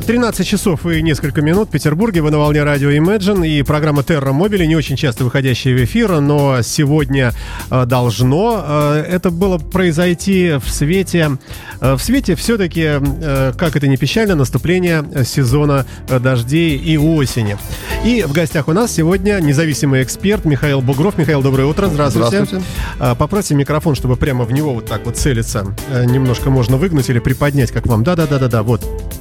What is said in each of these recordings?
13 часов и несколько минут в Петербурге. Вы на волне радио Imagine и программа Terra Mobile, не очень часто выходящая в эфир, но сегодня должно это было произойти в свете все-таки, как это ни печально, наступления сезона дождей и осени. И в гостях у нас сегодня независимый эксперт Михаил Бугров. Михаил, доброе утро, здравствуйте. Здравствуйте. Попросим микрофон, чтобы прямо в него вот так вот целиться. Немножко можно выгнуть или приподнять, как вам. Да, вот.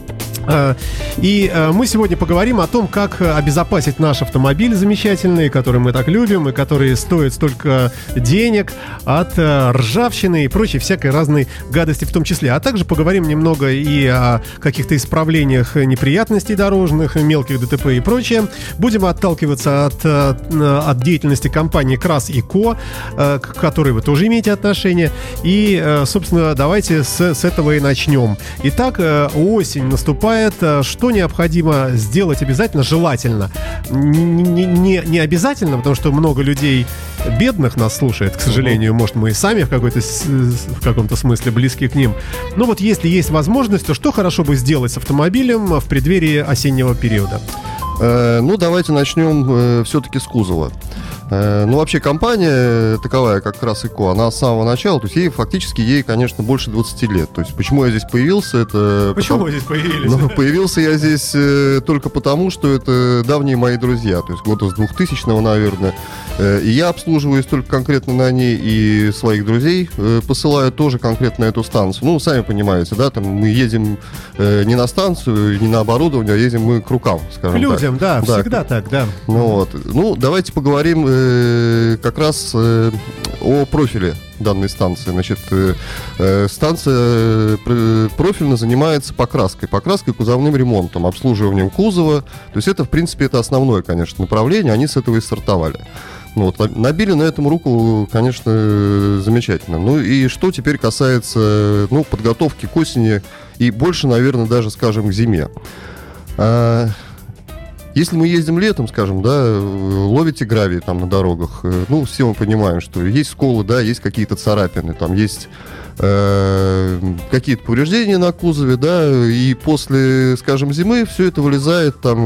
И мы сегодня поговорим о том, как обезопасить наш автомобиль замечательный, который мы так любим и который стоит столько денег, от ржавчины и прочей всякой разной гадости в том числе. А также поговорим немного и о каких-то исправлениях неприятностей дорожных, мелких ДТП и прочее. Будем отталкиваться от деятельности компании Крас и Ко, к которой вы тоже имеете отношение. И, собственно, давайте с этого и начнем. Итак, осень наступает. Что необходимо сделать обязательно, желательно? Не обязательно, потому что много людей бедных нас слушает, к сожалению. Может, мы и сами в каком-то смысле близки к ним. Но вот если есть возможность, то что хорошо бы сделать с автомобилем в преддверии осеннего периода? Давайте начнем все-таки с кузова. Вообще компания таковая, как Крас и Ко, она с самого начала, то есть ей, конечно, больше 20 лет. То есть почему я здесь появился, это... Почему вы здесь появились? Появился я здесь только потому, что это давние мои друзья, то есть года с 2000-го, наверное. И я обслуживаюсь только конкретно на ней, и своих друзей посылаю тоже конкретно на эту станцию. Сами понимаете, да, там мы едем не на станцию, не на оборудование, а едем мы к рукам, скажем так. К людям, да, всегда так, да. Давайте поговорим как раз о профиле данной станции. Значит, станция профильно занимается покраской кузовным ремонтом, обслуживанием кузова. То есть это, в принципе, это основное, конечно, направление. Они с этого и стартовали. Набили на этом руку, конечно, замечательно. И что теперь касается подготовки к осени и больше, наверное, даже, скажем, к зиме. Если мы ездим летом, скажем, да, ловите гравий там на дорогах, все мы понимаем, что есть сколы, да, есть какие-то царапины, там есть какие-то повреждения на кузове, да, и после, скажем, зимы все это вылезает там,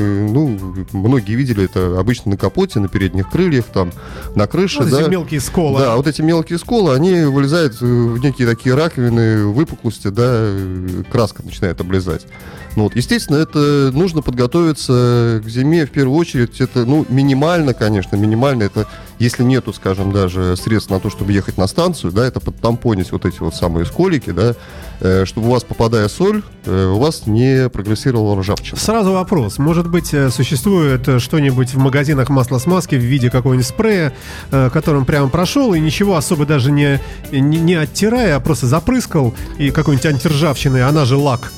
многие видели это обычно на капоте, на передних крыльях, там, на крыше, да. Эти мелкие сколы. Да, вот эти мелкие сколы, они вылезают в некие такие раковины, выпуклости, да, краска начинает облезать. Естественно, это нужно подготовиться к зиме в первую очередь. Это, минимально, это если нету, скажем, даже средств на то, чтобы ехать на станцию, да, это подтампонить вот эти вот самые сколики, да, чтобы у вас, попадая соль, у вас не прогрессировала ржавчина. Сразу вопрос. Может быть, существует что-нибудь в магазинах маслосмазки в виде какого-нибудь спрея, которым прямо прошел и ничего особо даже не оттирая, а просто запрыскал, и какой-нибудь антиржавчиной, она же лак.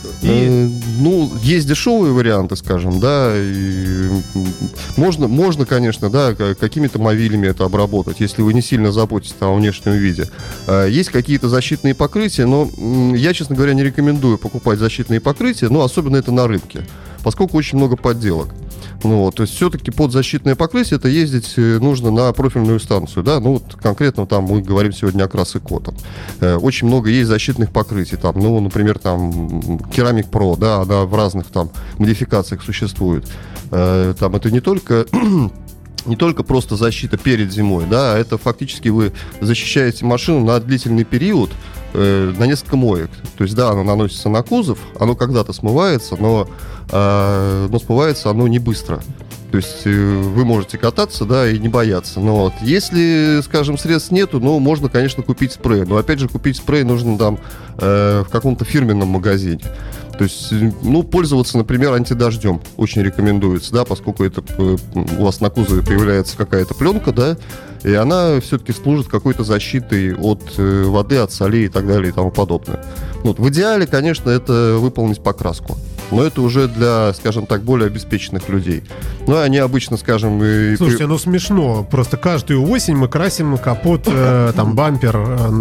Есть дешевые варианты, скажем, да, и можно, конечно, да, какими-то мовилями это обработать, если вы не сильно заботитесь о внешнем виде. Есть какие-то защитные покрытия, но я, честно говоря, не рекомендую покупать защитные покрытия, особенно это на рынке, поскольку очень много подделок. То есть все-таки под защитное покрытие это ездить нужно на профильную станцию, да, конкретно там мы говорим сегодня о Крас и Ко. Очень много есть защитных покрытий, там, например, там Керамик Про, да, она в разных там модификациях существует. Там это не только просто защита перед зимой, да, это фактически вы защищаете машину на длительный период, на несколько моек. То есть, да, оно наносится на кузов, оно когда-то смывается, но смывается оно не быстро. То есть вы можете кататься, да, и не бояться. Но если, скажем, средств нету, можно, конечно, купить спрей. Но, опять же, купить спрей нужно там в каком-то фирменном магазине. То есть, пользоваться, например, антидождем очень рекомендуется, да, поскольку это у вас на кузове появляется какая-то пленка, да, и она все-таки служит какой-то защитой от воды, от солей и так далее и тому подобное. В идеале, конечно, это выполнить покраску. Но это уже для, скажем так, более обеспеченных людей. Они обычно, скажем... Слушайте, смешно. Просто каждую осень мы красим капот, там, бампер,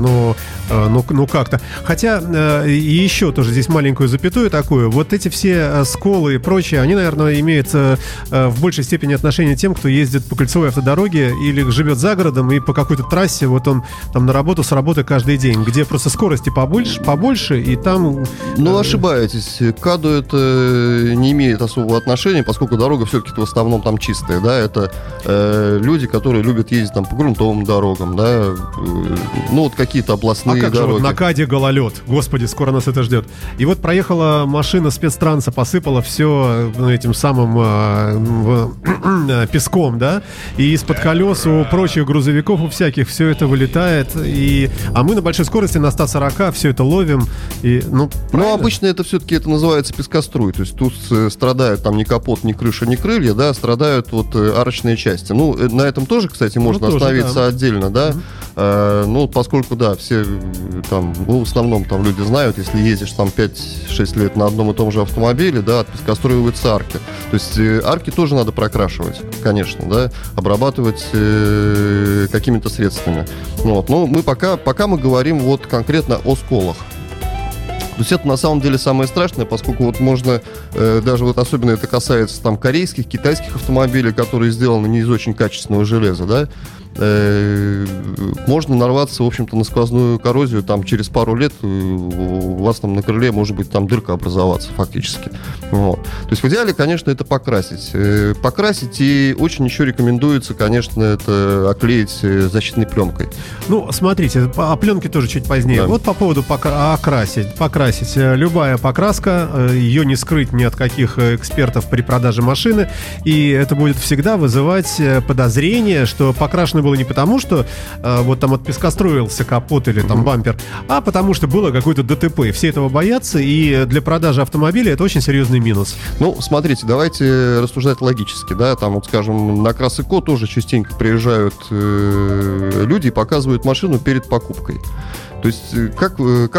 как-то. Хотя, и еще тоже здесь маленькую запятую такую. Вот эти все сколы и прочее, они, наверное, имеют в большей степени отношение к тем, кто ездит по кольцевой автодороге или живет за городом и по какой-то трассе, вот он там на работу с работы каждый день, где просто скорости побольше и там... Ошибаетесь. КАДО — это не имеет особого отношения, поскольку дорога все-таки в основном там чистая, да, это люди, которые любят ездить там по грунтовым дорогам, да, ну вот какие-то областные как дороги. же вот на КАДе гололед, господи, скоро нас это ждет. И вот проехала машина спецтранса, посыпала все этим самым песком, да, и из-под колес у прочих грузовиков, у всяких, все это вылетает, а мы на большой скорости на 140 все это ловим. И, ну, обычно это все-таки это называется пескоструй, то есть тут страдают там ни капот, ни крыша, ни крылья, да, страдают вот арочные части. Ну, на этом тоже, кстати, можно остановиться отдельно, да. Ну, поскольку, да, все там, ну, в основном там люди знают, если ездишь там 5-6 лет на одном и том же автомобиле, да, от пескоструиваются арки. То есть арки тоже надо прокрашивать, конечно, да, обрабатывать какими-то средствами. Вот. Но мы пока мы говорим вот конкретно о сколах. То есть это на самом деле самое страшное, поскольку вот можно, даже вот особенно это касается там корейских, китайских автомобилей, которые сделаны не из очень качественного железа, да, можно нарваться, в общем-то, на сквозную коррозию, там через пару лет у вас там на крыле может быть там дырка образоваться фактически. Вот. То есть в идеале, конечно, это покрасить. Покрасить, и очень еще рекомендуется, конечно, это оклеить защитной пленкой. Ну, смотрите, о пленке тоже чуть позднее. Да. Вот по поводу покрасить. Любая покраска, ее не скрыть ни от каких экспертов при продаже машины, и это будет всегда вызывать подозрение, что покрашено было не потому, что вот там от песка строился капот или там бампер, а потому что было какое-то ДТП. Все этого боятся, и для продажи автомобиля это очень серьезный минус. Ну, смотрите, давайте рассуждать логически, да, там вот, скажем, на Крас-Эко тоже частенько приезжают люди и показывают машину перед покупкой. То есть, как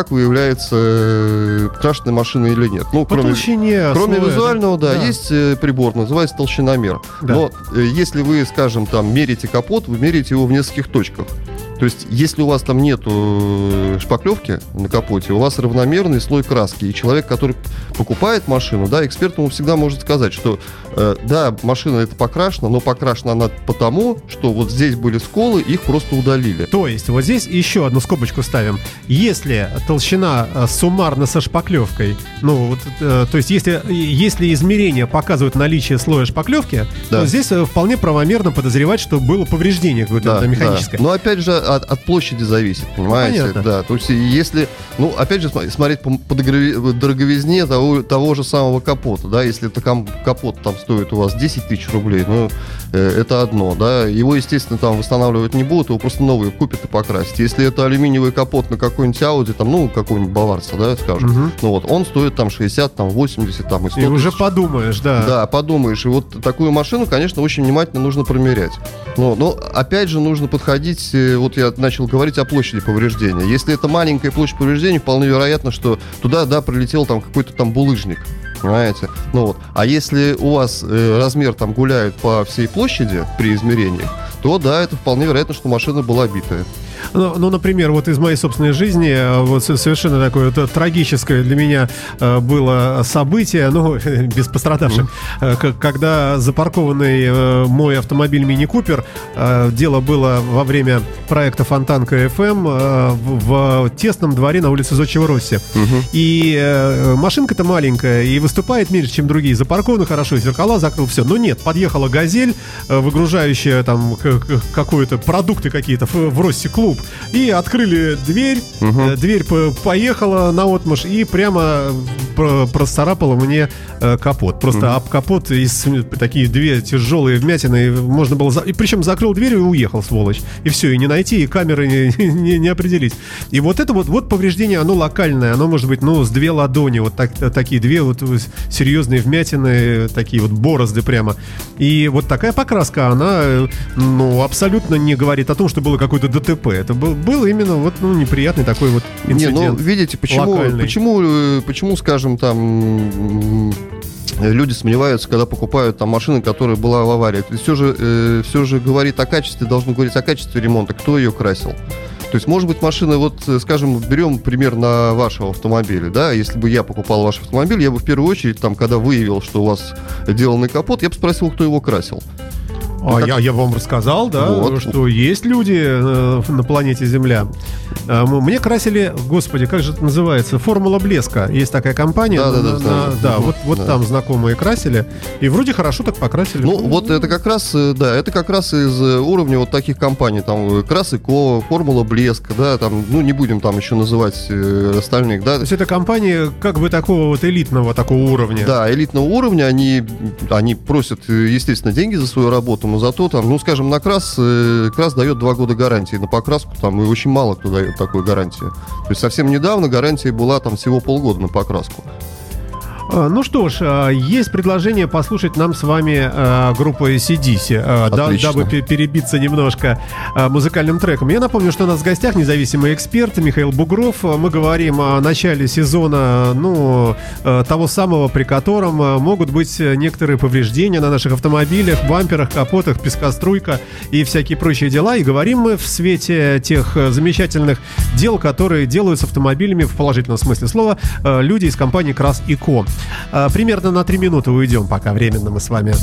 выявляется, крашеная машина или нет? Ну, кроме визуального, да, есть прибор, называется толщиномер. Да. Но если вы, скажем, там мерите капот, вы мерите его в нескольких точках. То есть, если у вас там нету шпаклевки на капоте, у вас равномерный слой краски. И человек, который покупает машину, да, эксперт ему всегда может сказать, что да, машина это покрашена, но покрашена она потому, что вот здесь были сколы, их просто удалили. То есть, вот здесь еще одну скобочку ставим. Если толщина суммарно со шпаклевкой, ну, вот, то есть, если измерения показывают наличие слоя шпаклевки, да, то здесь вполне правомерно подозревать, что было повреждение какое-то, да, механическое. Да. Но опять же, от площади зависит, понимаете? Понятно. Да, то есть если, ну, опять же, смотреть по дороговизне того же самого капота, да, если это капот там стоит у вас 10 тысяч рублей, ну, это одно, да, его, естественно, там восстанавливать не будут, его просто новые купят и покрасят. Если это алюминиевый капот на какой-нибудь Audi, там, ну, какой-нибудь Баварца, да, скажем, ну, вот, он стоит там 60, там, 80, там, и 100 тысяч. И уже тысяч. Подумаешь, да. Да, подумаешь, и вот такую машину, конечно, очень внимательно нужно промерять. Но опять же, нужно подходить, вот я начал говорить о площади повреждения. Если это маленькая площадь повреждений, вполне вероятно, что туда, да, прилетел там какой-то там булыжник, понимаете? Ну вот. А если у вас размер там гуляет по всей площади при измерении, то, да, это вполне вероятно, что машина была битая. Ну, например, вот из моей собственной жизни вот совершенно такое вот трагическое для меня было событие, ну, без пострадавших, когда запаркованный мой автомобиль Мини Купер, дело было во время проекта Фонтанка ФМ в тесном дворе на улице Зодчего-Росси. И машинка-то маленькая, и выступает меньше, чем другие. Запаркованы хорошо, зеркала закрыл, все. Но нет, подъехала «Газель», выгружающая там какие-то продукты какие-то в Росси клуб. И открыли дверь, дверь поехала наотмашь и прямо процарапала мне капот. Просто об капот из такие две тяжелые вмятины. Можно было... И причем закрыл дверь и уехал, сволочь. И все, и не найти, и камеры не определить. И вот это вот повреждение, оно локальное. Оно может быть, ну, с две ладони. Вот такие две вот серьезные вмятины, такие вот борозды прямо. И вот такая покраска, она, ну, абсолютно не говорит о том, что было какое-то ДТП. Это был именно вот, ну, неприятный такой вот инцидент. Не, ну, видите, почему, скажем, там люди сомневаются, когда покупают там машину, которая была в аварии. Все же говорит о качестве, должно говорить о качестве ремонта, кто ее красил. То есть, может быть, машина, вот, скажем, берем пример на вашего автомобиля, да, если бы я покупал ваш автомобиль, я бы в первую очередь, там, когда выявил, что у вас деланный капот, я бы спросил, кто его красил. Я вам рассказал, да, что есть люди на планете Земля. Мне красили, господи, как же это называется? Формула блеска. Есть такая компания. Да, вот там знакомые красили. И вроде хорошо так покрасили. Ну, вот это как раз, да, это как раз из уровня вот таких компаний. Там Крас и Ко, Формула блеска, да, там, ну, не будем там еще называть остальных, да. То есть это компании как бы такого вот элитного такого уровня. Да, элитного уровня. Они просят, естественно, деньги за свою работу, но зато там, ну, скажем, на Крас дает 2 года гарантии на покраску, там и очень мало кто дает такой гарантии. То есть совсем недавно гарантия была там всего полгода на покраску. Ну что ж, есть предложение послушать нам с вами группу AC/DC, дабы перебиться немножко музыкальным треком. Я напомню, что у нас в гостях независимый эксперт Михаил Бугров. Мы говорим о начале сезона, того самого, при котором могут быть некоторые повреждения на наших автомобилях, бамперах, капотах, пескоструйка и всякие прочие дела. И говорим мы в свете тех замечательных дел, которые делают с автомобилями, в положительном смысле слова, люди из компании Крас и Ко. Примерно на 3 минуты уйдем, пока временно мы с вами.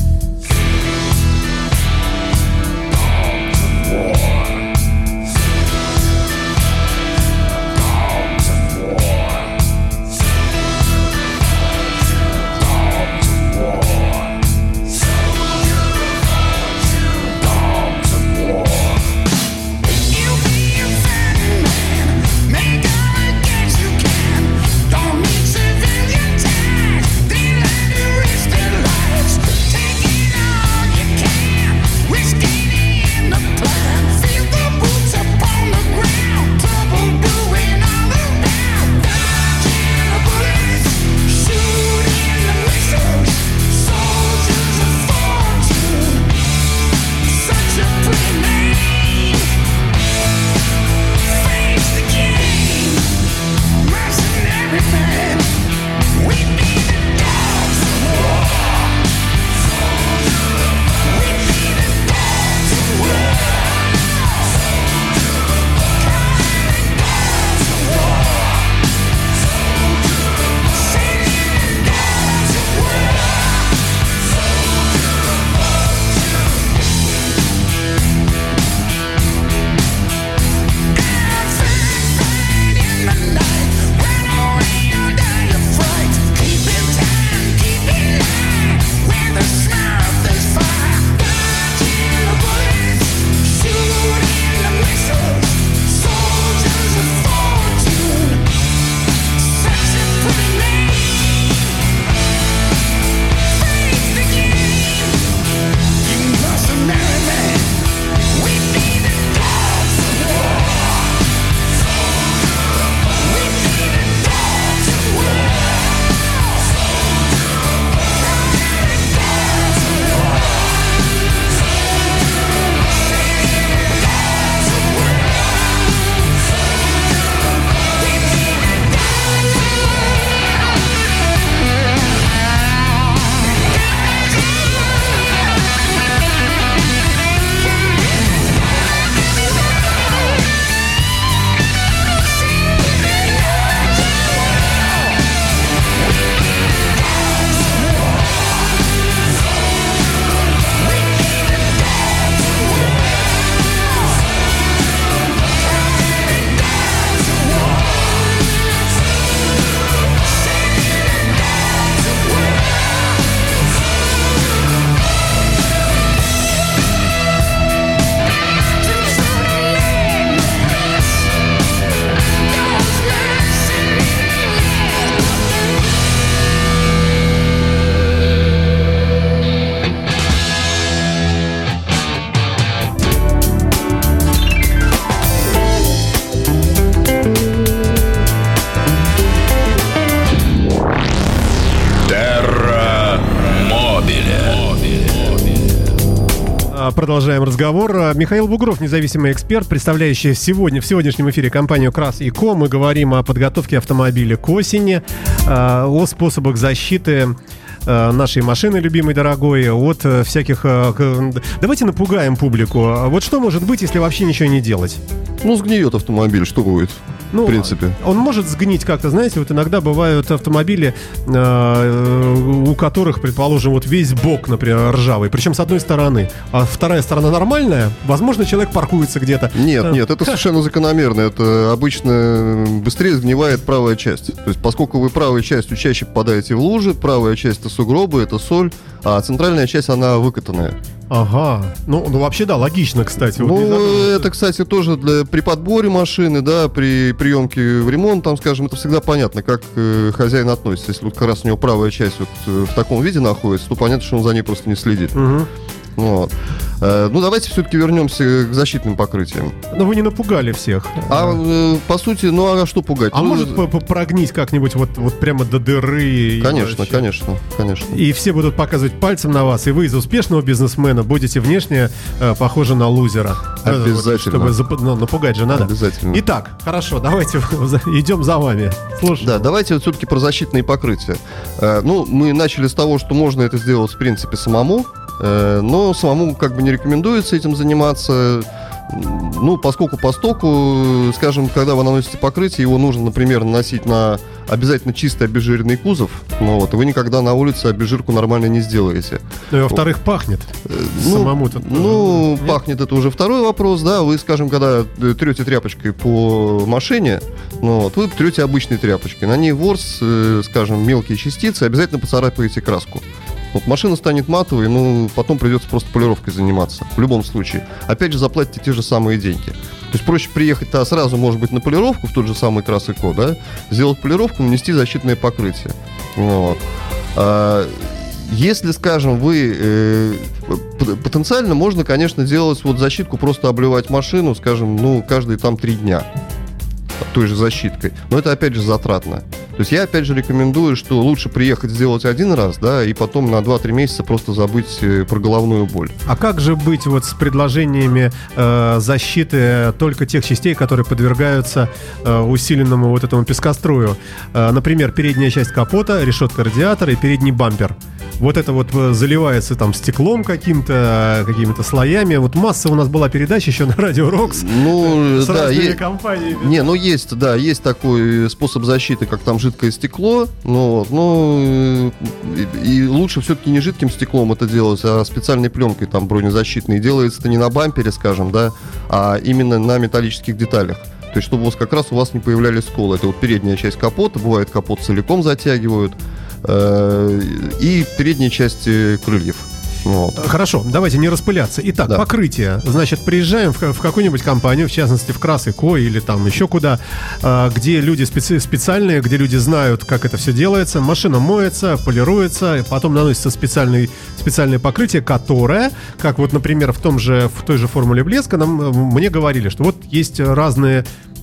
Продолжаем разговор. Михаил Бугров, независимый эксперт, представляющий в сегодняшнем эфире компанию Крас и Ко. Мы говорим о подготовке автомобиля к осени, о способах защиты нашей машины любимой, дорогой, от всяких... Давайте напугаем публику. Вот что может быть, если вообще ничего не делать? Ну, сгниет автомобиль, что будет? Ну, в принципе. Он может сгнить как-то, знаете, вот иногда бывают автомобили, у которых, предположим, вот весь бок, например, ржавый, причем с одной стороны, а вторая сторона нормальная, возможно, человек паркуется где-то. Нет, это совершенно закономерно, это обычно быстрее сгнивает правая часть. То есть, поскольку вы правой частью чаще попадаете в лужи, правая часть это сугробы, это соль, а центральная часть, она выкатанная. Ага, ну вообще да, логично, кстати. Ну, вот это, кстати, тоже при подборе машины, да, при приемке в ремонт, там, скажем, это всегда понятно, как хозяин относится. Если вот как раз у него правая часть вот в таком виде находится, то понятно, что он за ней просто не следит. Угу. Вот. Ну, давайте все-таки вернемся к защитным покрытиям. Но вы не напугали всех. По сути, ну а что пугать? А может прогнить как-нибудь вот прямо до дыры? Конечно. И все будут показывать пальцем на вас, и вы из успешного бизнесмена будете внешне похожи на лузера. Обязательно. Чтобы напугать же надо. Обязательно. Итак, хорошо, давайте идем за вами. Слушай. Да, давайте вот все-таки про защитные покрытия. Ну, мы начали с того, что можно это сделать, в принципе, самому. Но самому как бы не рекомендуется этим заниматься. Ну, постоку, скажем, когда вы наносите покрытие, его нужно, например, наносить на обязательно чистый обезжиренный кузов. Ну, вот, и вы никогда на улице обезжирку нормально не сделаете. Ну и во-вторых, пахнет. Самому-то. Ну, пахнет, это уже второй вопрос, да. Вы, скажем, когда трете тряпочкой по машине, ну, вот, вы трете обычной тряпочкой. На ней ворс, скажем, мелкие частицы, обязательно поцарапаете краску. Вот машина станет матовой, ну, потом придется просто полировкой заниматься. В любом случае. Опять же, заплатите те же самые деньги. То есть проще приехать-то сразу, может быть, на полировку в тот же самый Крас-Эко, да, сделать полировку, нанести защитное покрытие. Вот. Если, скажем, вы потенциально можно, конечно, делать вот защитку, просто обливать машину, скажем, ну, каждые там 3 дня той же защиткой. Но это, опять же, затратно. То есть я, опять же, рекомендую, что лучше приехать сделать один раз, да, и потом на 2-3 месяца просто забыть про головную боль. А как же быть вот с предложениями защиты только тех частей, которые подвергаются усиленному вот этому пескострую? Например, передняя часть капота, решетка радиатора и передний бампер. Вот это вот заливается там стеклом какими-то слоями. Вот масса у нас была передач еще на Радио Рокс. Ну, с да, разными компаниями. Не, ну есть такой способ защиты, как там жидкое стекло. Ну, и лучше все-таки не жидким стеклом это делать, а специальной пленкой там бронезащитной. Делается это не на бампере, скажем, да, а именно на металлических деталях. То есть, чтобы как раз у вас не появлялись сколы. Это вот передняя часть капота, бывает капот целиком затягивают, и передние части крыльев. Вот. Хорошо, давайте не распыляться. Итак, да. Покрытие. Значит, приезжаем в какую-нибудь компанию, в частности, в Крас-Эко или там еще куда, где люди специальные, где люди знают, как это все делается. Машина моется, полируется, потом наносится специальное покрытие, которое, как вот, например, в той же формуле блеска, мне говорили, что вот есть разные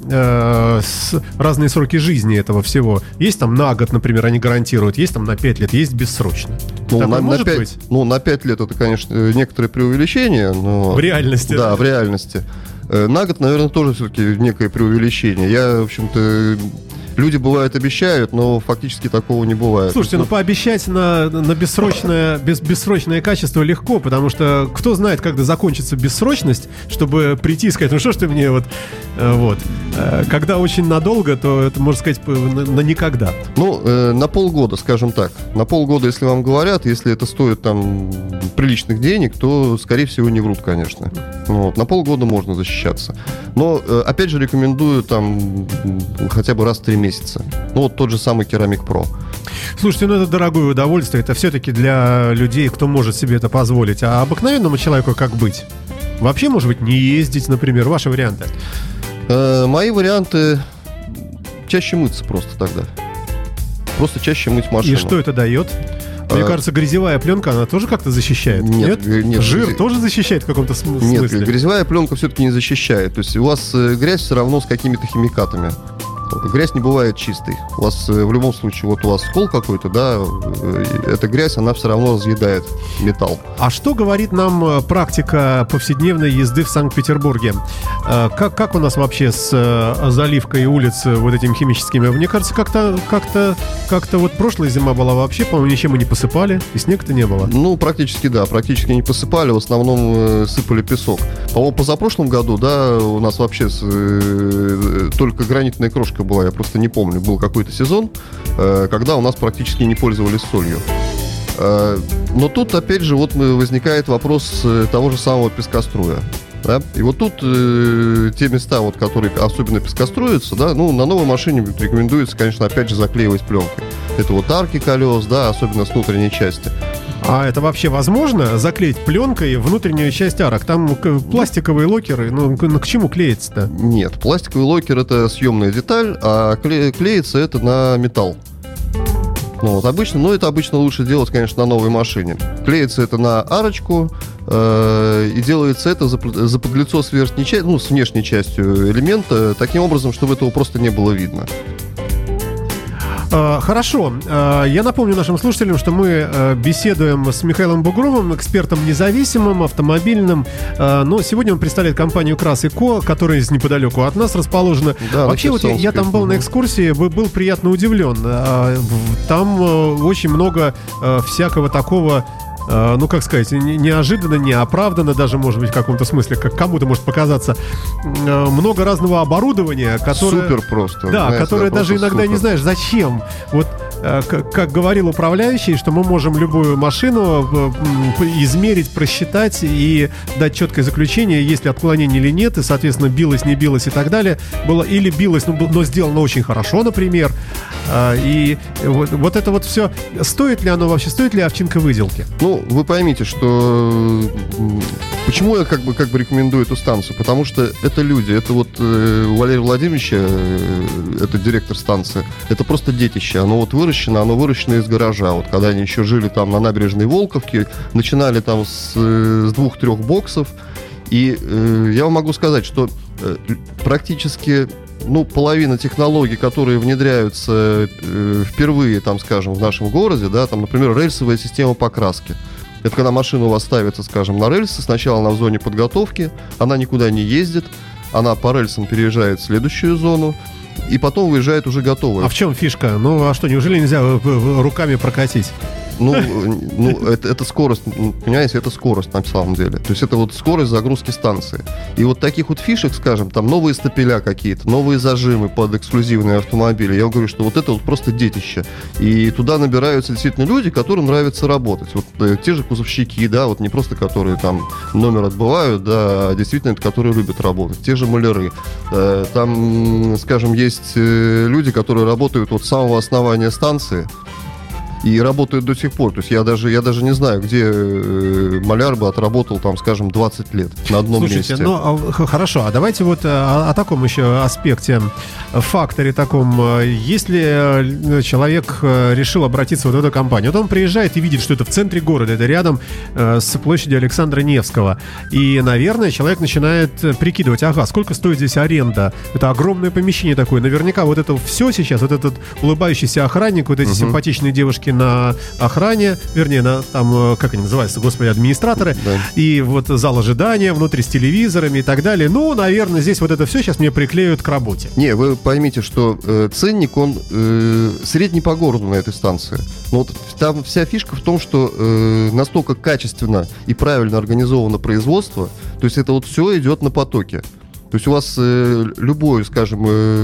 сроки жизни этого всего. Есть там на год, например, они гарантируют, есть там на 5 лет, есть бессрочно. На 5 лет это, конечно, некоторое преувеличение, но... В реальности. Да, в реальности. На год, наверное, тоже все-таки некое преувеличение. Я, в общем-то... Люди, бывает, обещают, но фактически такого не бывает. Слушайте, пообещать на бессрочное качество легко, потому что кто знает, когда закончится бессрочность, чтобы прийти и сказать, ну что ж ты мне вот. Когда очень надолго, то это, можно сказать, на никогда. Ну, на полгода, скажем так. На полгода, если вам говорят, если это стоит там приличных денег, то, скорее всего, не врут, конечно. Вот, на полгода можно защищаться. Но, опять же, рекомендую там хотя бы раз в 3 месяца. Ну, вот тот же самый Керамик Про. Слушайте, это дорогое удовольствие. Это все-таки для людей, кто может себе это позволить. А обыкновенному человеку как быть? Вообще, может быть, не ездить, например. Ваши варианты? Мои варианты чаще мыться просто тогда. Просто чаще мыть машину. И что это дает? Мне кажется, грязевая пленка, она тоже как-то защищает. Нет? Жир тоже защищает в каком-то смысле? Нет, грязевая пленка все-таки не защищает. То есть у вас грязь все равно с какими-то химикатами. грязь не бывает чистой. У вас в любом случае, вот у вас скол какой-то, да, эта грязь, она все равно разъедает металл. А что говорит нам практика повседневной езды в Санкт-Петербурге? Как у нас вообще с заливкой улиц вот этими химическими? Мне кажется, как-то вот прошлая зима была вообще, по-моему, ничем и не посыпали, и снега-то не было. Ну, практически, да, практически не посыпали, в основном сыпали песок. По-моему, позапрошлом году, да, у нас вообще только гранитная крошка была, я просто не помню, был какой-то сезон, когда у нас практически не пользовались солью. Но тут, опять же, вот возникает вопрос того же самого пескоструя. Да? И вот тут те места, вот, которые особенно пескоструятся, да, ну, на новой машине рекомендуется, конечно, опять же, заклеивать пленкой. Это вот арки колес, да, особенно с внутренней части. А это вообще возможно, заклеить пленкой внутреннюю часть арок? Там пластиковые локеры, ну к чему клеится-то? Нет, пластиковый локер — это съемная деталь, а клеится это на металл. Ну, вот обычно, но это обычно лучше делать, конечно, на новой машине. Клеится это на арочку, и делается это за подлицо с верхней частью, ну, с внешней частью элемента, таким образом, чтобы этого просто не было видно. Хорошо. Я напомню нашим слушателям, что мы беседуем с Михаилом Бугровым, экспертом независимым, автомобильным. Но сегодня он представляет компанию «Крас и Ко», которая неподалеку от нас расположена. Да, вообще, вот я там был на экскурсии, был приятно удивлен. Там очень много всякого такого, ну, как сказать, неожиданно, неоправданно даже, может быть, в каком-то смысле, как кому-то может показаться, много разного оборудования, которое... Супер просто. Да, знаете, которое даже иногда супер. Не знаешь, зачем. Вот, как говорил управляющий, что мы можем любую машину измерить, просчитать и дать четкое заключение, есть ли отклонение или нет, и, соответственно, билось, не билось и так далее. Было или билось, но сделано очень хорошо, например. И вот это вот все. Стоит ли оно вообще, стоит ли овчинка выделки? Ну, вы поймите, что... Почему я как бы рекомендую эту станцию? Потому что это люди. Это вот у Валерия Владимировича, это директор станции, это просто детище. Оно вот выращено из гаража. Вот когда они еще жили там на набережной Волковки, начинали там с 2-3 боксов. И я вам могу сказать, что практически... Ну, половина технологий, которые внедряются впервые, там, скажем, в нашем городе, да, там, например, рельсовая система покраски. Это когда машина у вас ставится, скажем, на рельсы, сначала она в зоне подготовки, она никуда не ездит, она по рельсам переезжает в следующую зону, и потом выезжает уже готовая. А в чем фишка? Ну, а что, неужели нельзя руками прокатить? Ну, это скорость, понимаете, это скорость на самом деле. То есть это вот скорость загрузки станции. И вот таких вот фишек, скажем, там новые стапеля какие-то, новые зажимы под эксклюзивные автомобили. Я говорю, что вот это вот просто детище. И туда набираются действительно люди, которым нравится работать. Вот те же кузовщики, да, вот не просто которые там номер отбывают, да, а действительно это которые любят работать. Те же маляры. Там, скажем, есть люди, которые работают вот с самого основания станции. И работают до сих пор. То есть я даже не знаю, где маляр бы отработал, там, скажем, 20 лет на одном месте. Слушайте, ну, хорошо, а давайте вот о таком еще аспекте, факторе таком. Если человек решил обратиться вот в эту компанию, вот он приезжает и видит, что это в центре города, это рядом с площадью Александра Невского. И, наверное, человек начинает прикидывать, ага, сколько стоит здесь аренда? Это огромное помещение такое. Наверняка вот это все сейчас, вот этот улыбающийся охранник, вот эти симпатичные девушки на охране, вернее, на там, как они называются, господи, администраторы, да. И вот зал ожидания внутри с телевизорами и так далее. Ну, наверное, здесь вот это все сейчас мне приклеют к работе. Не, вы поймите, что ценник, он средний по городу на этой станции. Но вот там вся фишка в том, что настолько качественно и правильно организовано производство, то есть это вот все идет на потоке. То есть у вас любое, скажем,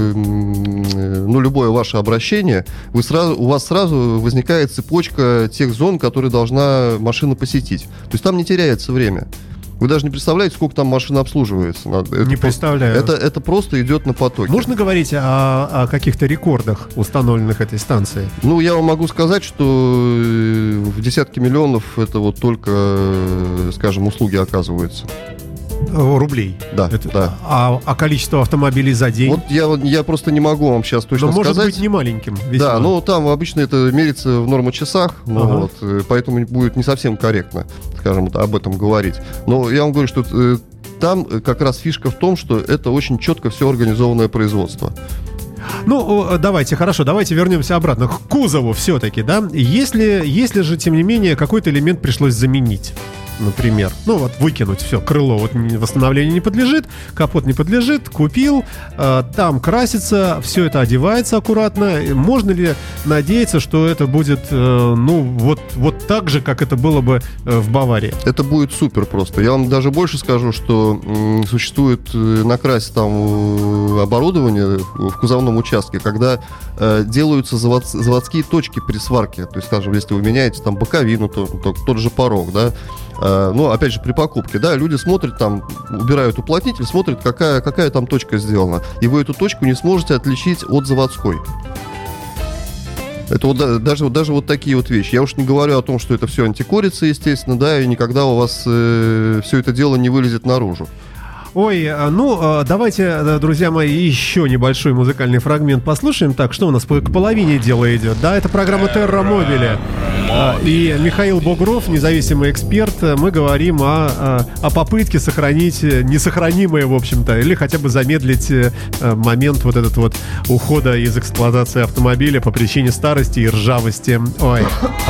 любое ваше обращение, у вас сразу возникает цепочка тех зон, которые должна машина посетить. То есть там не теряется время. Вы даже не представляете, сколько там машин обслуживается. Не представляю. Это просто идет на потоке. Можно говорить о каких-то рекордах, установленных этой станцией? Ну, я вам могу сказать, что в десятки миллионов это вот только, скажем, услуги оказываются. Рублей. Да, да. А количество автомобилей за день? Вот я просто не могу вам сейчас точно сказать. Но может быть не маленьким. Да, но там обычно это мерится в нормочасах, вот, поэтому будет не совсем корректно, скажем, об этом говорить. Но я вам говорю, что там как раз фишка в том, что это очень четко все организованное производство. Ну, давайте вернемся обратно к кузову все-таки, да? Если же, тем не менее, какой-то элемент пришлось заменить, например, ну вот выкинуть все, крыло вот восстановлению не подлежит, капот не подлежит, купил, там красится, все это одевается аккуратно. Можно ли надеяться, что это будет, вот так же, как это было бы в Баварии? Это будет супер просто. Я вам даже больше скажу, что существует на красе там оборудование в кузовном участке, когда делаются заводские точки при сварке. То есть, скажем, если вы меняете там боковину, то тот же порог, да. Ну, опять же, при покупке, да, люди смотрят там, убирают уплотнитель, смотрят, какая там точка сделана. И вы эту точку не сможете отличить от заводской. Это вот даже вот такие вот вещи. Я уж не говорю о том, что это все антикорица, естественно, да, и никогда у вас все это дело не вылезет наружу. Ой, давайте, друзья мои, еще небольшой музыкальный фрагмент послушаем. Так, что у нас к половине дела идет? Да, это программа «Терра Мобиле». И Михаил Бугров, независимый эксперт. Мы говорим о попытке сохранить несохранимое, в общем-то, или хотя бы замедлить момент вот этот вот ухода из эксплуатации автомобиля по причине старости и ржавости. Ой.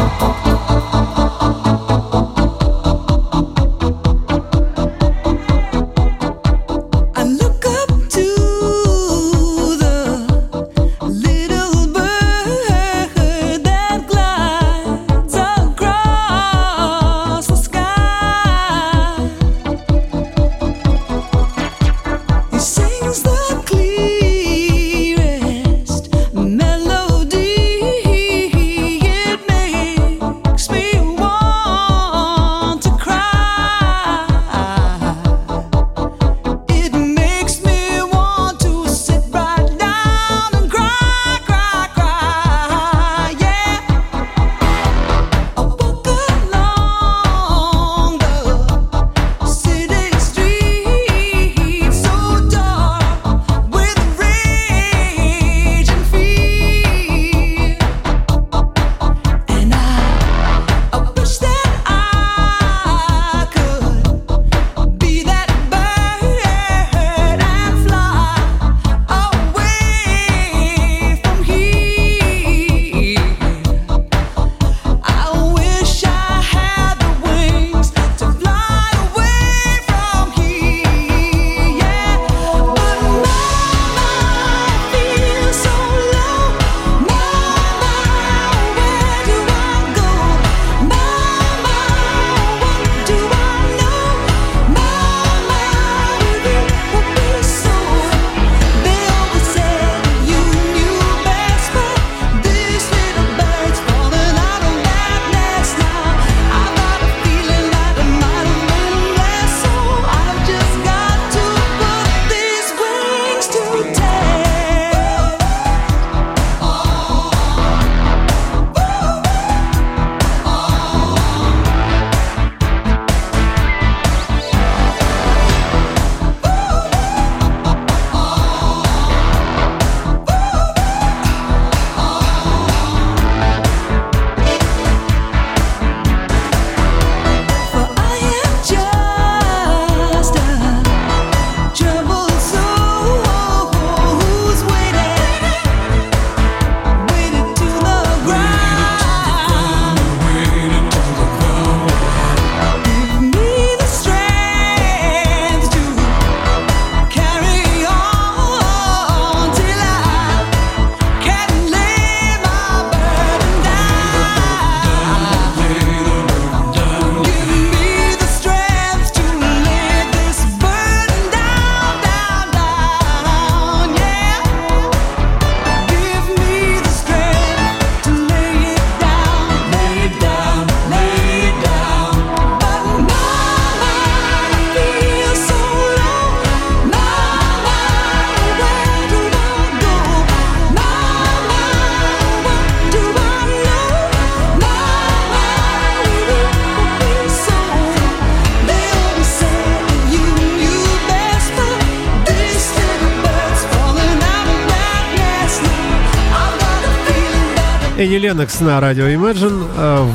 Энни Ленокс на радио Imagine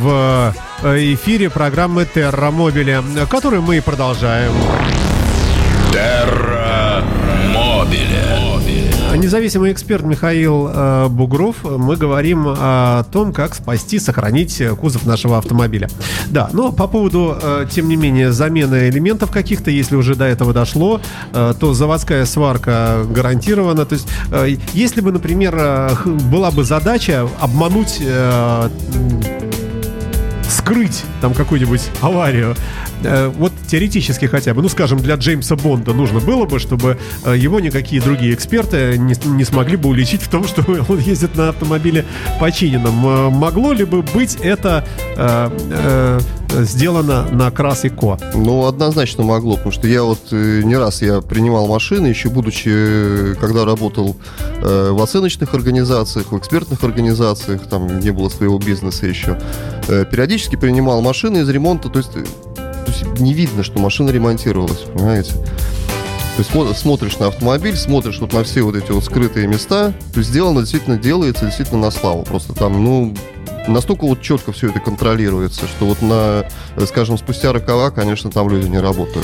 в эфире программы Terra Mobile, которую мы продолжаем. Terra Mobile. Независимый эксперт Михаил Бугров. Мы говорим о том, как спасти, сохранить кузов нашего автомобиля. Да, но по поводу, тем не менее, замены элементов каких-то, если уже до этого дошло, то заводская сварка гарантирована. То есть, если бы, например, была бы задача обмануть, скрыть там какую-нибудь аварию, вот теоретически хотя бы, ну, скажем, для Джеймса Бонда нужно было бы, чтобы его никакие другие эксперты не смогли бы уличить в том, что он ездит на автомобиле починенном. Могло ли бы быть это сделано на Крас и Ко? Ну, однозначно могло, потому что я вот не раз я принимал машины, еще будучи, когда работал в оценочных организациях, в экспертных организациях, там не было своего бизнеса еще, периодически принимал машины из ремонта, то есть не видно, что машина ремонтировалась, понимаете? То есть смотришь на автомобиль, смотришь вот на все вот эти вот скрытые места, то есть сделано действительно, делается действительно на славу. Просто там, ну, настолько вот четко все это контролируется, что вот на, скажем, спустя рукава, конечно, там люди не работают.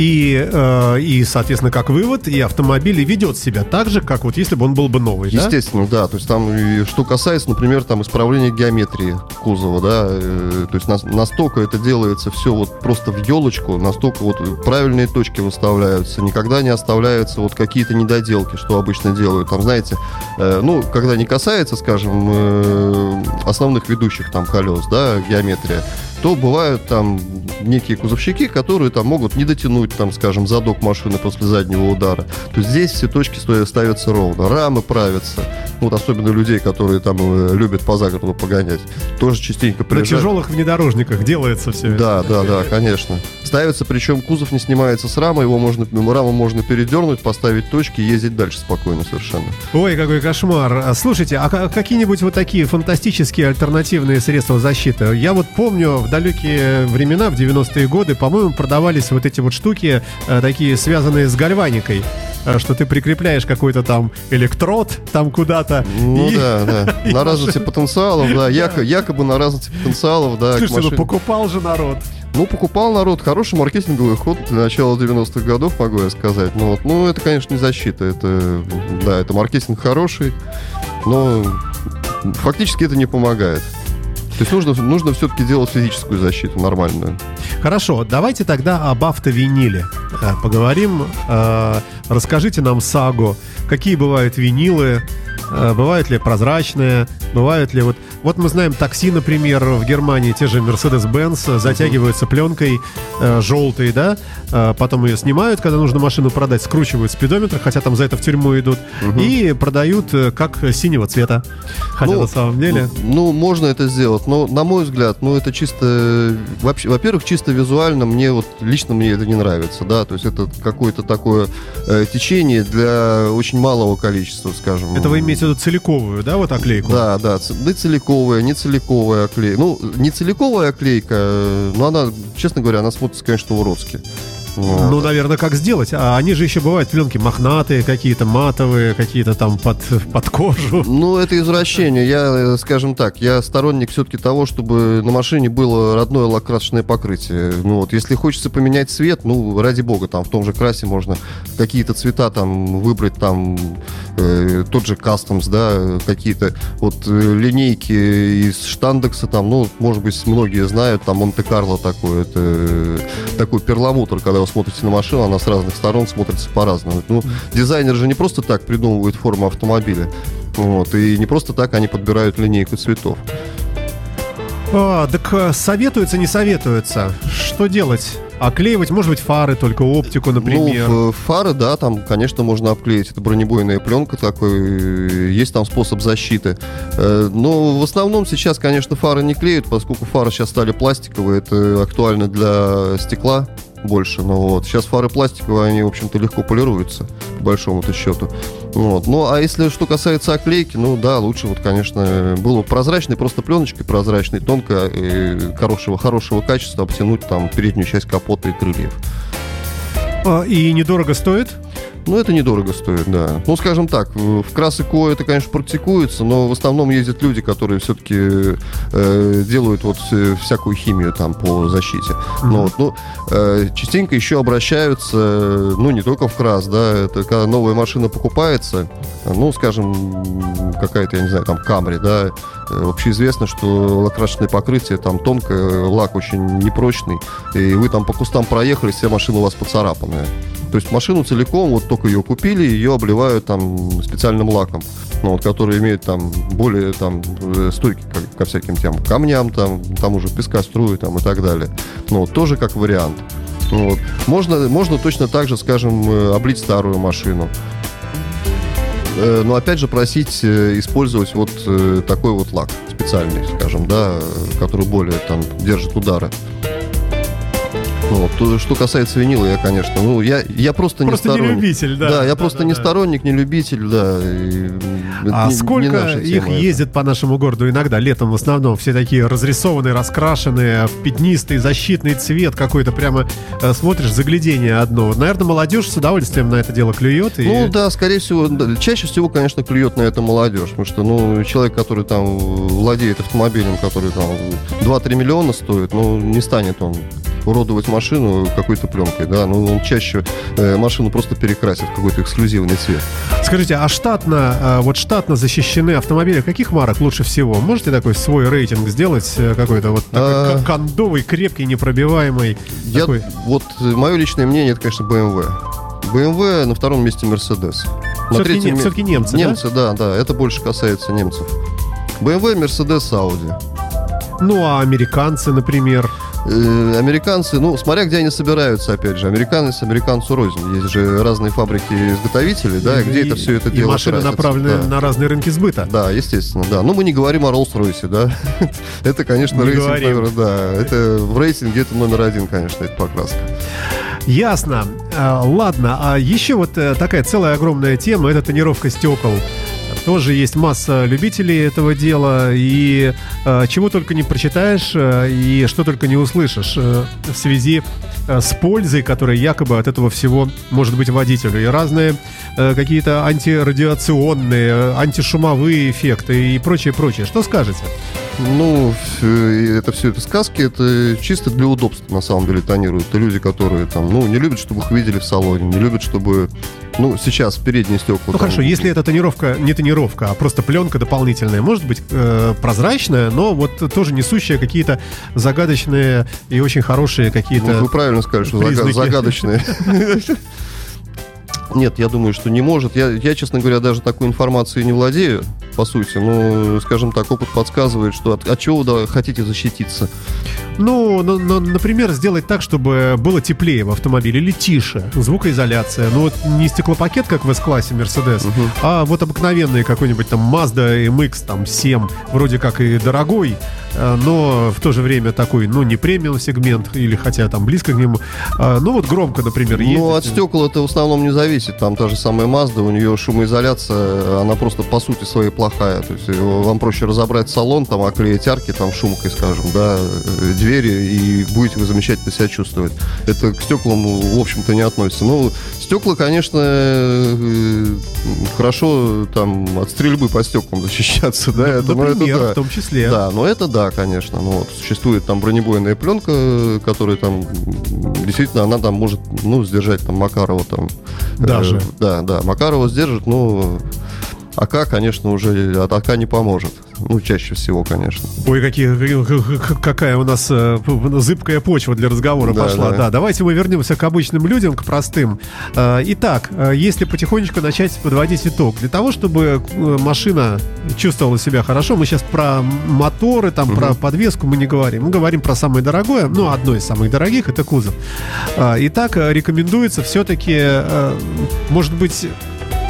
И, соответственно, как вывод, и автомобиль ведет себя так же, как вот если бы он был бы новый, да? Естественно, да. То есть там, что касается, например, там исправления геометрии кузова, да, то есть настолько это делается все вот просто в елочку, настолько вот правильные точки выставляются, никогда не оставляются вот какие-то недоделки, что обычно делают. Там, знаете, ну, когда не касается, скажем, основных ведущих там колес, да, геометрия, то бывают там некие кузовщики, которые там могут не дотянуть, там, скажем, задок машины после заднего удара. То есть здесь все точки ставятся ровно, рамы правятся. Вот особенно людей, которые там любят по загороду погонять, тоже частенько приезжают. На тяжелых внедорожниках делается все это. Да, конечно. Ставится, причем кузов не снимается с рамы, раму можно передернуть, поставить точки и ездить дальше спокойно совершенно. Ой, какой кошмар. Слушайте, а какие-нибудь вот такие фантастические альтернативные средства защиты? Я вот помню, в далекие времена, в 90-е годы, по-моему, продавались вот эти вот штуки, такие связанные с гальваникой, что ты прикрепляешь какой-то там электрод там куда-то. Ну да. На разности потенциалов, да. Якобы на разности потенциалов, да. Слушай, ну покупал же народ. Ну, покупал народ. Хороший маркетинговый ход для начала 90-х годов, могу я сказать. Ну, это, конечно, не защита. Это маркетинг хороший, но фактически это не помогает. То есть нужно все-таки делать физическую защиту нормальную. Хорошо, давайте тогда об автовиниле поговорим. Расскажите нам сагу, какие бывают винилы, бывают ли прозрачные, бывают ли вот мы знаем такси, например, в Германии, те же Mercedes-Benz затягиваются пленкой желтой, да, потом ее снимают, когда нужно машину продать, скручивают спидометр, хотя там за это в тюрьму идут, и продают как синего цвета. Хотя на самом деле... Ну, можно это сделать, но, на мой взгляд, это чисто... Вообще, во-первых, чисто визуально лично мне это не нравится, да, то есть это какое-то такое течение для очень малого количества, скажем. Это вы имеете в виду целиковую, да, вот оклейку? Да, целиковая, не целиковая оклейка. Ну, не целиковая оклейка, но она, честно говоря, она смотрится, конечно, уродски. Вот. Ну, наверное, как сделать? А они же еще бывают пленки мохнатые, какие-то матовые, какие-то там под кожу. Ну, это извращение. Я, скажем так, я сторонник все-таки того, чтобы на машине было родное лакрасочное покрытие. Ну, вот, если хочется поменять цвет, ну, ради бога, там в том же красе можно какие-то цвета там выбрать, там тот же Customs, да, какие-то вот линейки из Штандекса, там, ну, может быть, многие знают, там Монте-Карло такой, это такой перламутр, когда вы смотрите на машину, она с разных сторон смотрится по-разному. Ну, дизайнеры же не просто так придумывают форму автомобиля, вот, и не просто так они подбирают линейку цветов. Так советуется, не советуется? Что делать? Оклеивать, может быть, фары, только оптику, например. Ну, фары, да, там, конечно, можно обклеить. Это бронебойная пленка такой, есть там способ защиты. Но в основном сейчас, конечно, фары не клеют, поскольку фары сейчас стали пластиковые. Это актуально для стекла больше. Но вот сейчас фары пластиковые, они, в общем-то, легко полируются, по большому-то счету. Вот. Ну, а если что касается оклейки, ну да, лучше вот, конечно, было прозрачной, просто пленочкой прозрачной, тонко, хорошего качества обтянуть там переднюю часть капота и крыльев. И недорого стоит? Ну, это недорого стоит, да. Ну, скажем так, в КрасЭко это, конечно, практикуется, но в основном ездят люди, которые все-таки делают вот всякую химию там по защите. Частенько еще обращаются, ну, не только в КрАС, да, это когда новая машина покупается, ну, скажем, какая-то, я не знаю, там, Камри, да, общеизвестно, что лакрасочное покрытие там тонкое, лак очень непрочный, и вы там по кустам проехали, вся машина у вас поцарапанная. То есть машину целиком, вот только ее купили, ее обливают там специальным лаком, ну, вот, который имеет там более там стойкий ко всяким тем камням, там уже пескоструи там, и так далее. Ну, вот, тоже как вариант. Вот. Можно точно так же, скажем, облить старую машину. Но опять же просить использовать вот такой вот лак специальный, скажем, да, который более там держит удары. Вот. Что касается винила, я, конечно, ну, я просто не сторонник. Не любитель, да. Да, я просто не сторонник, не любитель, да. А сколько их ездит по нашему городу иногда, летом в основном, все такие разрисованные, раскрашенные, в пятнистый, защитный цвет какой-то, прямо смотришь, заглядение одно. Наверное, молодежь с удовольствием на это дело клюет. Ну да, скорее всего, чаще всего, конечно, клюет на это молодежь, потому что, ну, человек, который там владеет автомобилем, который там 2-3 миллиона стоит, ну, не станет он уродовать машину какой-то пленкой, да, ну, он чаще машину просто перекрасит в какой-то эксклюзивный цвет. Скажите, а штатно защищены автомобили каких марок лучше всего? Можете такой свой рейтинг сделать, какой-то вот такой кондовый, крепкий, непробиваемый? Вот мое личное мнение, это, конечно, BMW. BMW на втором месте Mercedes. Все-таки немцы, немцы, да, это больше касается немцев. BMW, Mercedes, Audi. Ну, а американцы, например? Американцы, ну, смотря где они собираются, опять же, американцу рознь. Есть же разные фабрики-изготовителей, да, где это все это дело. И машины направлены на разные рынки сбыта. Да, естественно, да. Ну, мы не говорим о Роллс-Ройсе, да. Это, конечно, рейтинг, наверное, да. Это в рейтинге это номер один, конечно, это покраска. Ясно. Ладно, а еще вот такая целая огромная тема, это тонировка стекол. Тоже есть масса любителей этого дела, и чего только не прочитаешь, и что только не услышишь в связи с пользой, которая якобы от этого всего может быть водителю. И разные какие-то антирадиационные, антишумовые эффекты и прочее. Что скажете? Ну, это все это сказки, это чисто для удобства, на самом деле, тонируют. Это люди, которые там, ну, не любят, чтобы их видели в салоне, не любят, чтобы, ну, сейчас передние стекла. Ну, хорошо, если это тонировка, не тонировка, а просто пленка дополнительная, может быть прозрачная, но вот тоже несущая какие-то загадочные и очень хорошие какие-то признаки. Вы правильно сказали, что загадочные. Нет, я думаю, что не может. Я, честно говоря, даже такой информацией не владею, по сути. Ну, скажем так, опыт подсказывает, что от чего вы хотите защититься. Ну, например, сделать так, чтобы было теплее в автомобиле или тише, звукоизоляция. Ну, вот не стеклопакет, как в S-классе Mercedes, а вот обыкновенный какой-нибудь там Mazda MX, там, 7, вроде как и дорогой, но в то же время такой, ну, не премиум сегмент, или хотя там близко к нему. Ну, вот громко, например, ездить. Ну, от стекол это в основном не зависит. Там та же самая Mazda, у нее шумоизоляция, она просто по сути своей плохая. То есть вам проще разобрать салон, там, оклеить арки, там, шумкой, скажем, да, двери, и будете вы замечательно себя чувствовать. Это к стеклам, в общем-то, не относится. Ну, стекла, конечно, хорошо там от стрельбы по стеклам защищаться, да, это, например, это, да. В том числе. Да, но это да, конечно. Ну, вот, существует там бронебойная пленка, которая там действительно, она там может, ну, сдержать там Макарова там. Даже. Да, Макарова сдержит, но АК, конечно, уже от АК не поможет. Ну, чаще всего, конечно. Ой, какая у нас зыбкая почва для разговора пошла. Да, давайте мы вернемся к обычным людям, к простым. Итак, если потихонечку начать подводить итог, для того, чтобы машина чувствовала себя хорошо, мы сейчас про моторы, там, про подвеску мы не говорим. Мы говорим про самое дорогое, ну, одно из самых дорогих, это кузов. Итак, рекомендуется все-таки, может быть,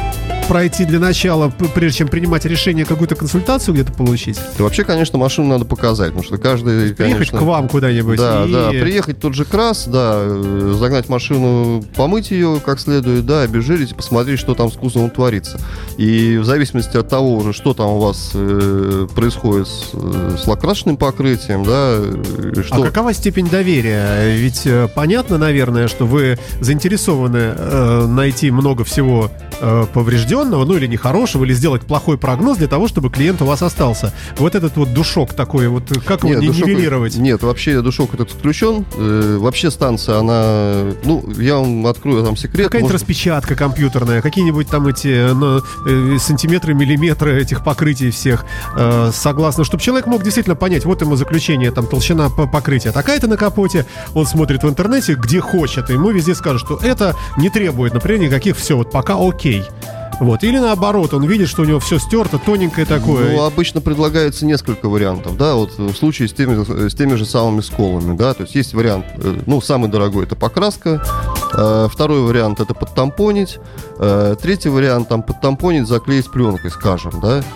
пройти для начала, прежде чем принимать решение, какую-то консультацию где-то получить? И вообще, конечно, машину надо показать, потому что каждый, приехать конечно, к вам куда-нибудь. Да, приехать в тот же КРАС, загнать машину, помыть ее как следует, обезжирить, посмотреть, что там с кузовом творится. И в зависимости от того уже, что там у вас происходит с лакрасочным покрытием, что... А какова степень доверия? Ведь понятно, наверное, что вы заинтересованы найти много всего поврежденного, или нехорошего, или сделать плохой прогноз для того, чтобы клиент у вас остался. Вот этот вот душок такой, вот как его нивелировать? Нет, вообще душок этот исключен. Вообще станция, она... я вам открою там секрет. Какая-нибудь распечатка компьютерная, какие-нибудь там эти сантиметры, миллиметры этих покрытий всех, согласно, чтобы человек мог действительно понять, вот ему заключение, там толщина покрытия такая-то на капоте, он смотрит в интернете, где хочет, и ему везде скажут, что это не требует, например, никаких, все, вот пока окей. Вот. Или наоборот, он видит, что у него все стерто, тоненькое такое. Обычно предлагается несколько вариантов, вот в случае с теми же самыми сколами, то есть есть вариант, самый дорогой — это покраска, второй вариант — это подтампонить, третий вариант — там подтампонить, заклеить пленкой, скажем,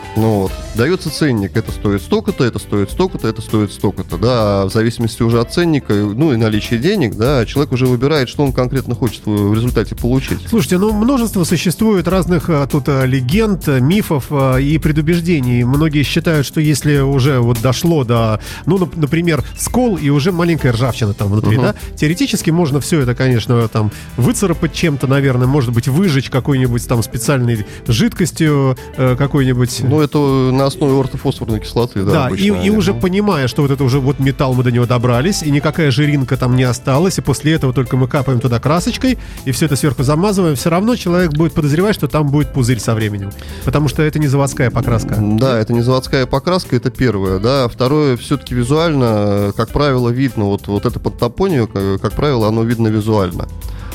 дается ценник, это стоит столько-то, это стоит столько-то, это стоит столько-то, а в зависимости уже от ценника, и наличия денег, человек уже выбирает, что он конкретно хочет в результате получить. Слушайте, множество существует разных тут легенд, мифов и предубеждений. Многие считают, что если уже вот дошло до, например, скол и уже маленькая ржавчина там внутри, теоретически можно все это, конечно, там выцарапать чем-то, наверное, может быть, выжечь какой-нибудь там специальной жидкостью какой-нибудь. Это на основе ортофосфорной кислоты, и уже понимая, что вот это уже вот металл, мы до него добрались, и никакая жиринка там не осталась, и после этого только мы капаем туда красочкой, и все это сверху замазываем, все равно человек будет подозревать, что там будет пузырь со временем, потому что это не заводская покраска. Да, это не заводская покраска, это первое, Второе, все-таки визуально, как правило, видно, вот это подтампоние, как правило, оно видно визуально.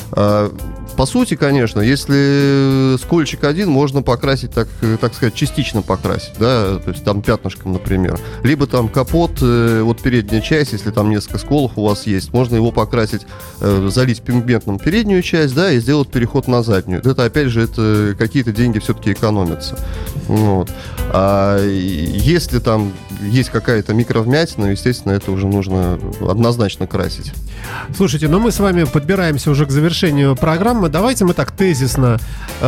По сути, конечно, если скольчик один, можно покрасить, так сказать, частично покрасить, то есть там пятнышком, например. Либо там капот, вот передняя часть, если там несколько сколов у вас есть, можно его покрасить, залить пигментом переднюю часть, и сделать переход на заднюю. Это, опять же, это какие-то деньги все-таки экономятся. А если там есть какая-то микровмятина, естественно, это уже нужно однозначно красить. Слушайте, мы с вами подбираемся уже к завершению программы. Давайте мы так тезисно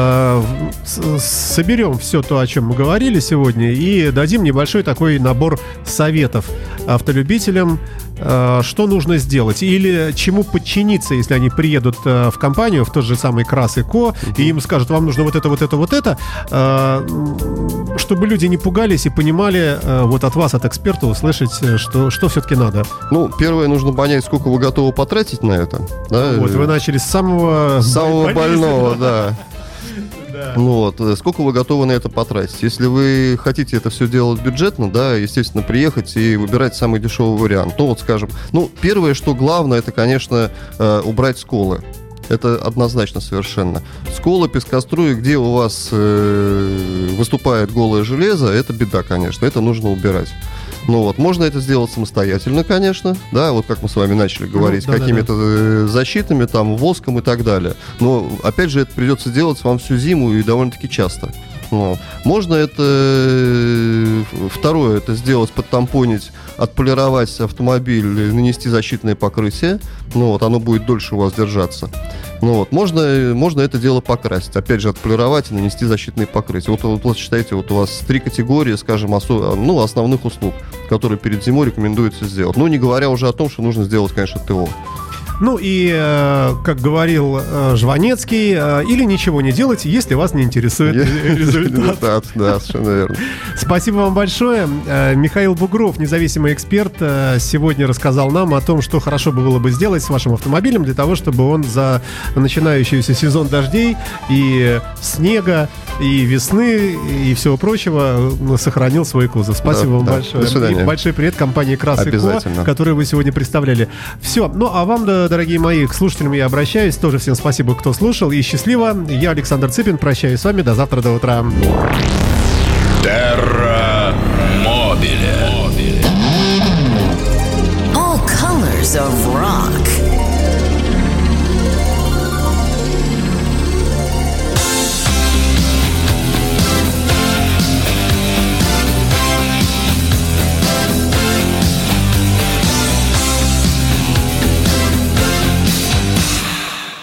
соберем все то, о чем мы говорили сегодня, и дадим небольшой такой набор советов автолюбителям, что нужно сделать или чему подчиниться, если они приедут в компанию, в тот же самый КРАС и КО, и им скажут, вам нужно вот это, чтобы люди не пугались и понимали вот от вас, от эксперта, услышать, что все-таки надо. Первое, нужно понять, сколько вы готовы потратить на это. Вот, вы начали с самого больного, да. Сколько вы готовы на это потратить? Если вы хотите это все делать бюджетно, естественно, приехать и выбирать самый дешевый вариант. Скажем, первое, что главное, это, конечно, убрать сколы. Это однозначно совершенно. Сколы, пескоструи, где у вас выступает голое железо, это беда, конечно. Это нужно убирать. Можно это сделать самостоятельно, конечно, вот как мы с вами начали говорить, какими-то защитами, там, воском и так далее. Но, опять же, это придется делать вам всю зиму и довольно-таки часто. Можно это... Второе, это сделать, подтампонить, отполировать автомобиль, нанести защитное покрытие. Оно будет дольше у вас держаться. Можно это дело покрасить. Опять же, отполировать и нанести защитное покрытие. Вот считайте, у вас 3 категории, скажем, основных услуг, которые перед зимой рекомендуется сделать. Не говоря уже о том, что нужно сделать, конечно, ТО. Как говорил Жванецкий, или ничего не делайте, если вас не интересует результат. Да, совершенно верно. Спасибо вам большое. Михаил Бугров, независимый эксперт, сегодня рассказал нам о том, что хорошо бы было бы сделать с вашим автомобилем для того, чтобы он за начинающийся сезон дождей и снега, и весны, и всего прочего сохранил свой кузов. Спасибо вам большое. До свидания. И большой привет компании «КРАС и КО», которую вы сегодня представляли. Все. А вам, дорогие мои, к слушателям я обращаюсь. Тоже всем спасибо, кто слушал. И счастливо. Я, Александр Цыпин, прощаюсь с вами. До завтра, до утра. Терра